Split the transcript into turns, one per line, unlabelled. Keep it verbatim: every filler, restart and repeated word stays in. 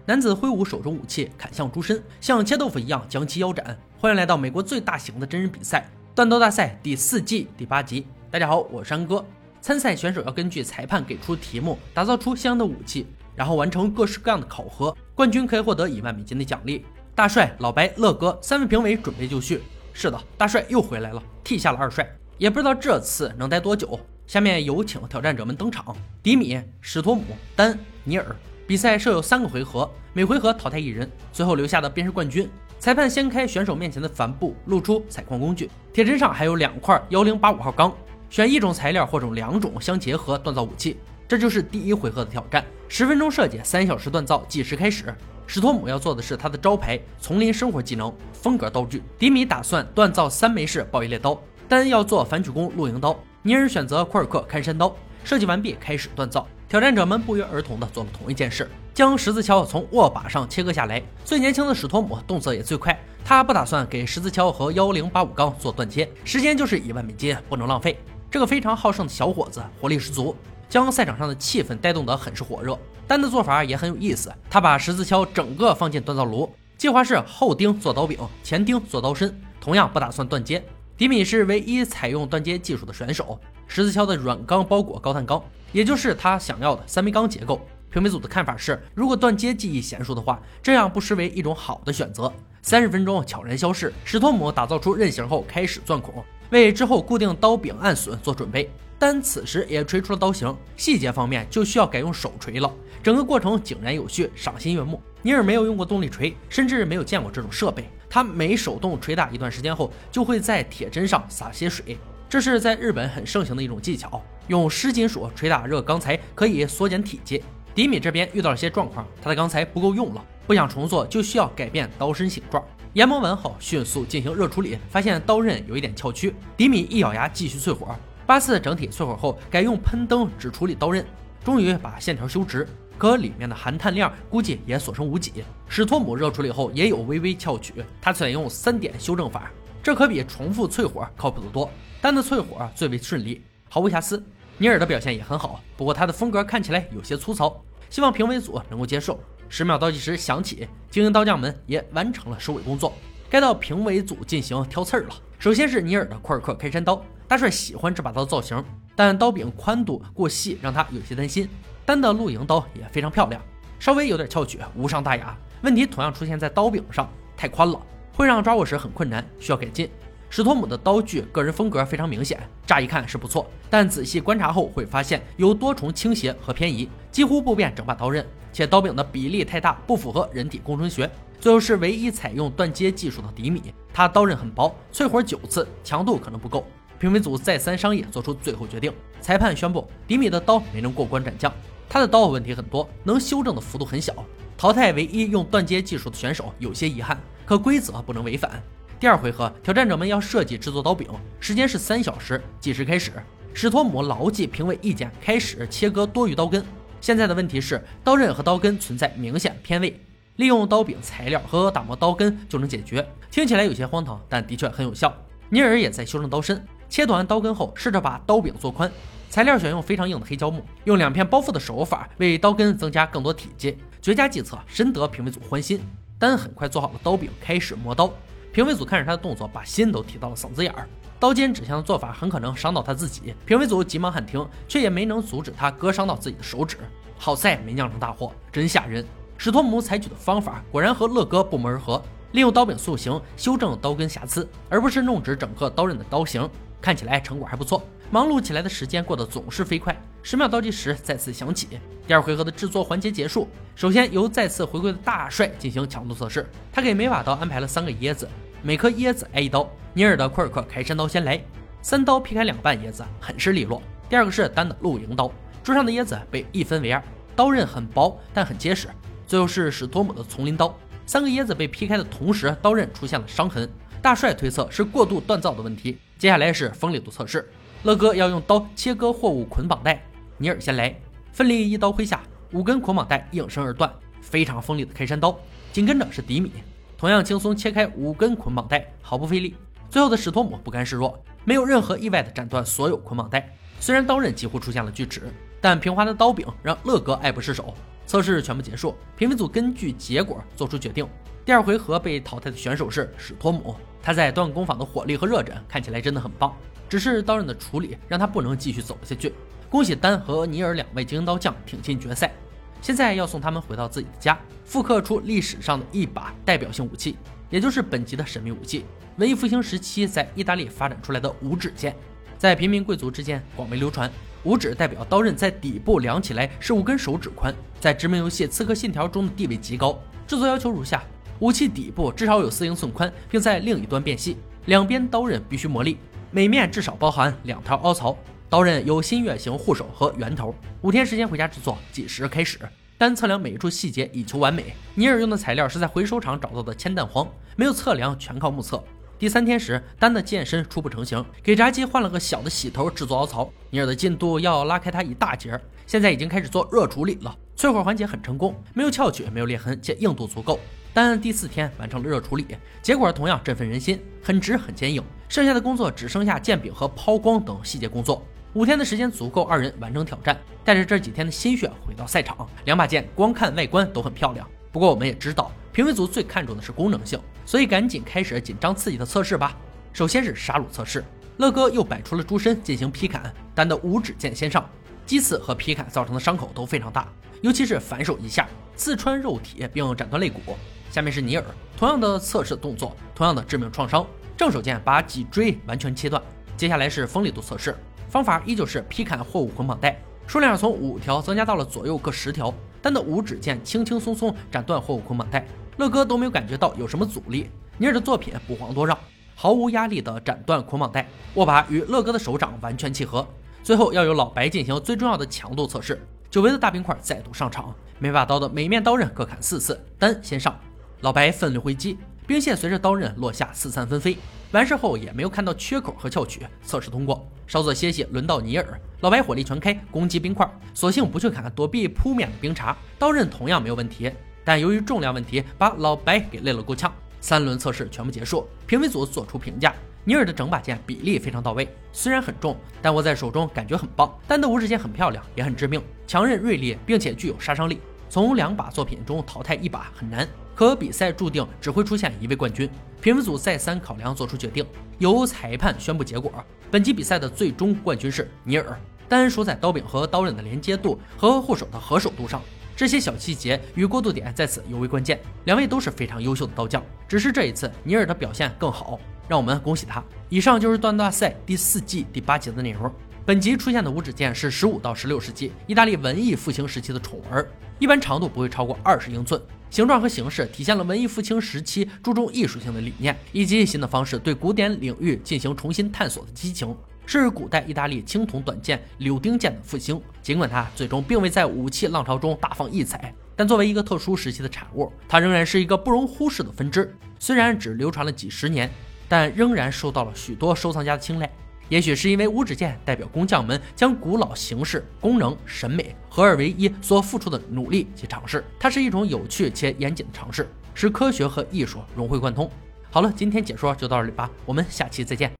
男子挥舞手中武器，砍向猪身，像切豆腐一样将其腰斩。欢迎来到美国最大型的真人比赛——断刀大赛第四季第八集。大家好，我是山哥。参赛选手要根据裁判给出题目，打造出相应的武器，然后完成各式各样的考核。冠军可以获得一万美金的奖励。大帅、老白、乐哥三位评委准备就绪。是的，大帅又回来了，替下了二帅。也不知道这次能待多久。下面有请挑战者们登场：迪米、史托姆、丹、尼尔。比赛设有三个回合，每回合淘汰一人，最后留下的便是冠军。裁判掀开选手面前的帆布，露出采矿工具，铁砧上还有两块一零八五号钢，选一种材料或者两种相结合锻造武器。这就是第一回合的挑战。十分钟设计，三小时锻造，计时开始。史托姆要做的是他的招牌丛林生活技能风格刀具。迪米打算锻造三枚式暴衣猎刀，丹要做反曲弓露营刀，尼尔选择库尔克看山刀。设计完毕，开始锻造。挑战者们不约而同地做了同一件事，将十字锹从握把上切割下来。最年轻的史托姆动作也最快，他不打算给十字锹和一零八五钢做断切，时间就是一万美金，不能浪费。这个非常好胜的小伙子活力十足，将赛场上的气氛带动得很是火热。丹的做法也很有意思，他把十字锹整个放进锻造炉，计划是后钉做刀柄，前钉做刀身，同样不打算断接。迪米是唯一采用断接技术的选手，十字锹的软钢包裹高碳钢，也就是他想要的三枚钢结构。评委组的看法是，如果断接技艺娴熟的话，这样不失为一种好的选择。三十分钟悄然消逝，史托姆打造出刃形后开始钻孔，为之后固定刀柄暗损做准备。丹此时也锤出了刀形，细节方面就需要改用手锤了。整个过程井然有序，赏心悦目。尼尔没有用过动力锤，甚至没有见过这种设备。他每手动锤打一段时间后，就会在铁砧上洒些水，这是在日本很盛行的一种技巧。用湿金属锤打热钢材可以缩减体积。迪米这边遇到了些状况，他的钢材不够用了，不想重做就需要改变刀身形状。研磨完后迅速进行热处理，发现刀刃有一点翘曲。迪米一咬牙继续淬火，八次整体淬火后改用喷灯只处理刀刃，终于把线条修直，可里面的含碳量估计也所剩无几。史托姆热处理后也有微微翘曲，他采用三点修正法，这可比重复淬火靠谱得多。丹的淬火最为顺利，毫无瑕疵。尼尔的表现也很好，不过他的风格看起来有些粗糙，希望评委组能够接受。十秒倒计时响起，精英刀匠们也完成了收尾工作，该到评委组进行挑刺儿了。首先是尼尔的库尔克开山刀，大帅喜欢这把刀造型，但刀柄宽度过细让他有些担心。丹的露营刀也非常漂亮，稍微有点翘曲，无伤大雅。问题同样出现在刀柄上，太宽了，会让抓握时很困难，需要改进。史托姆的刀具个人风格非常明显，乍一看是不错，但仔细观察后会发现有多重倾斜和偏移，几乎不变整把刀刃，且刀柄的比例太大，不符合人体工程学。最后是唯一采用断接技术的迪米，他刀刃很薄，淬火九次，强度可能不够。评委组再三商议，做出最后决定。裁判宣布迪米的刀没能过关斩将，他的刀问题很多，能修正的幅度很小，淘汰唯一用断接技术的选手有些遗憾，可规则不能违反。第二回合，挑战者们要设计制作刀柄，时间是三小时，计时开始。史托姆牢记评委意见，开始切割多余刀根。现在的问题是，刀刃和刀根存在明显偏位，利用刀柄材料和打磨刀根就能解决。听起来有些荒唐，但的确很有效。尼尔也在修正刀身，切断刀根后，试着把刀柄做宽。材料选用非常硬的黑胶木，用两片包覆的手法为刀根增加更多体积，绝佳计策，深得评委组欢心。丹很快做好了刀柄，开始磨刀。评委组看着他的动作，把心都提到了嗓子眼儿。刀尖指向的做法很可能伤到他自己，评委组急忙喊停，却也没能阻止他割伤到自己的手指。好在没酿成大祸，真吓人。史托姆采取的方法果然和乐哥不谋而合，利用刀柄塑形修正刀根瑕疵，而不是弄直整个刀刃的刀形，看起来成果还不错。忙碌起来的时间过得总是飞快，十秒倒计时再次响起。第二回合的制作环节结束，首先由再次回归的大帅进行强度测试，他给每把刀安排了三个椰子，每颗椰子挨一刀。尼尔的库尔克开山刀先来，三刀劈开两半椰子，很是利落。第二个是丹的露营刀，桌上的椰子被一分为二，刀刃很薄但很结实。最后是史托姆的丛林刀，三个椰子被劈开的同时，刀刃出现了伤痕。大帅推测是过度锻造的问题。接下来是锋利度测试，乐哥要用刀切割货物捆绑带，尼尔先来，奋力一刀挥下，五根捆绑带应声而断，非常锋利的开山刀。紧跟着是迪米，同样轻松切开五根捆绑带，毫不费力。最后的史托姆不甘示弱，没有任何意外的斩断所有捆绑带。虽然刀刃几乎出现了锯齿，但平滑的刀柄让乐哥爱不释手。 测试全部结束，评分组根据结果做出决定。第二回合被淘汰的选手是史托姆，他在锻工坊的火力和热忱看起来真的很棒，只是刀刃的处理让他不能继续走下去。恭喜丹和尼尔两位精英刀匠挺进决赛，现在要送他们回到自己的家，复刻出历史上的一把代表性武器，也就是本集的神秘武器——文艺复兴时期在意大利发展出来的五指剑，在平民贵族之间广为流传。五指代表刀刃在底部量起来是五根手指宽，在知名游戏《刺客信条》中的地位极高。制作要求如下：武器底部至少有四英寸宽，并在另一端变细，两边刀刃必须磨砺，每面至少包含两条凹槽。刀刃有新月形护手和圆头。五天时间回家制作，计时开始。单测量每一处细节以求完美。尼尔用的材料是在回收厂找到的铅弹簧，没有测量，全靠目测。第三天时，丹的剑身初步成型，给闸机换了个小的洗头制作凹槽。尼尔的进度要拉开它一大截，现在已经开始做热处理了。淬火环节很成功，没有翘曲，没有裂痕，且硬度足够。但第四天完成了热处理，结果同样振奋人心，很直很坚硬。剩下的工作只剩下剑柄和抛光等细节工作。五天的时间足够二人完成挑战，带着这几天的心血回到赛场。两把剑光看外观都很漂亮，不过我们也知道评委组最看重的是功能性，所以赶紧开始紧张刺激的测试吧。首先是杀戮测试，乐哥又摆出了猪身进行劈砍，丹的五指剑先上，击刺和劈砍造成的伤口都非常大，尤其是反手一下刺穿肉体并斩断肋骨。下面是尼尔，同样的测试动作，同样的致命创伤，正手剑把脊椎完全切断。接下来是锋利度测试，方法依旧是劈砍货物捆绑带，数量从五条增加到了左右各十条，丹的五指剑轻轻松松斩断货物捆绑带，乐哥都没有感觉到有什么阻力。尼尔的作品不遑多让，毫无压力的斩断捆绑带，握把与乐哥的手掌完全契合。最后要由老白进行最重要的强度测试，久违的大冰块再度上场，每把刀的每面刀刃各砍四次，丹先上，老白奋力挥击，冰线随着刀刃落下四散纷飞。完事后也没有看到缺口和翘曲，测试通过。稍作歇息，轮到尼尔，老白火力全开攻击冰块，索性不去砍，躲避扑面的冰碴，刀刃同样没有问题，但由于重量问题把老白给累了够呛。三轮测试全部结束，评委组做出评价，尼尔的整把剑比例非常到位，虽然很重，但握在手中感觉很棒。丹的五指剑很漂亮，也很致命，强韧锐利，并且具有杀伤力。从两把作品中淘汰一把很难，可比赛注定只会出现一位冠军。评分组再三考量做出决定，由裁判宣布结果。本期比赛的最终冠军是尼尔，丹输在刀柄和刀刃的连接度和护手的合手度上，这些小细节与过渡点在此尤为关键。两位都是非常优秀的刀匠，只是这一次尼尔的表现更好，让我们恭喜他。以上就是锻大赛第四季第八集的内容。本集出现的五指剑是十五到十六世纪意大利文艺复兴时期的宠儿，一般长度不会超过二十英寸，形状和形式体现了文艺复兴时期注重艺术性的理念以及新的方式对古典领域进行重新探索的激情，是古代意大利青铜短剑柳丁剑的复兴。尽管它最终并未在武器浪潮中大放异彩，但作为一个特殊时期的产物，它仍然是一个不容忽视的分支。虽然只流传了几十年，但仍然受到了许多收藏家的青睐。也许是因为五指剑代表工匠们将古老形式、功能、审美合二为一所付出的努力及尝试，它是一种有趣且严谨的尝试，使科学和艺术融会贯通。好了，今天解说就到这里吧，我们下期再见。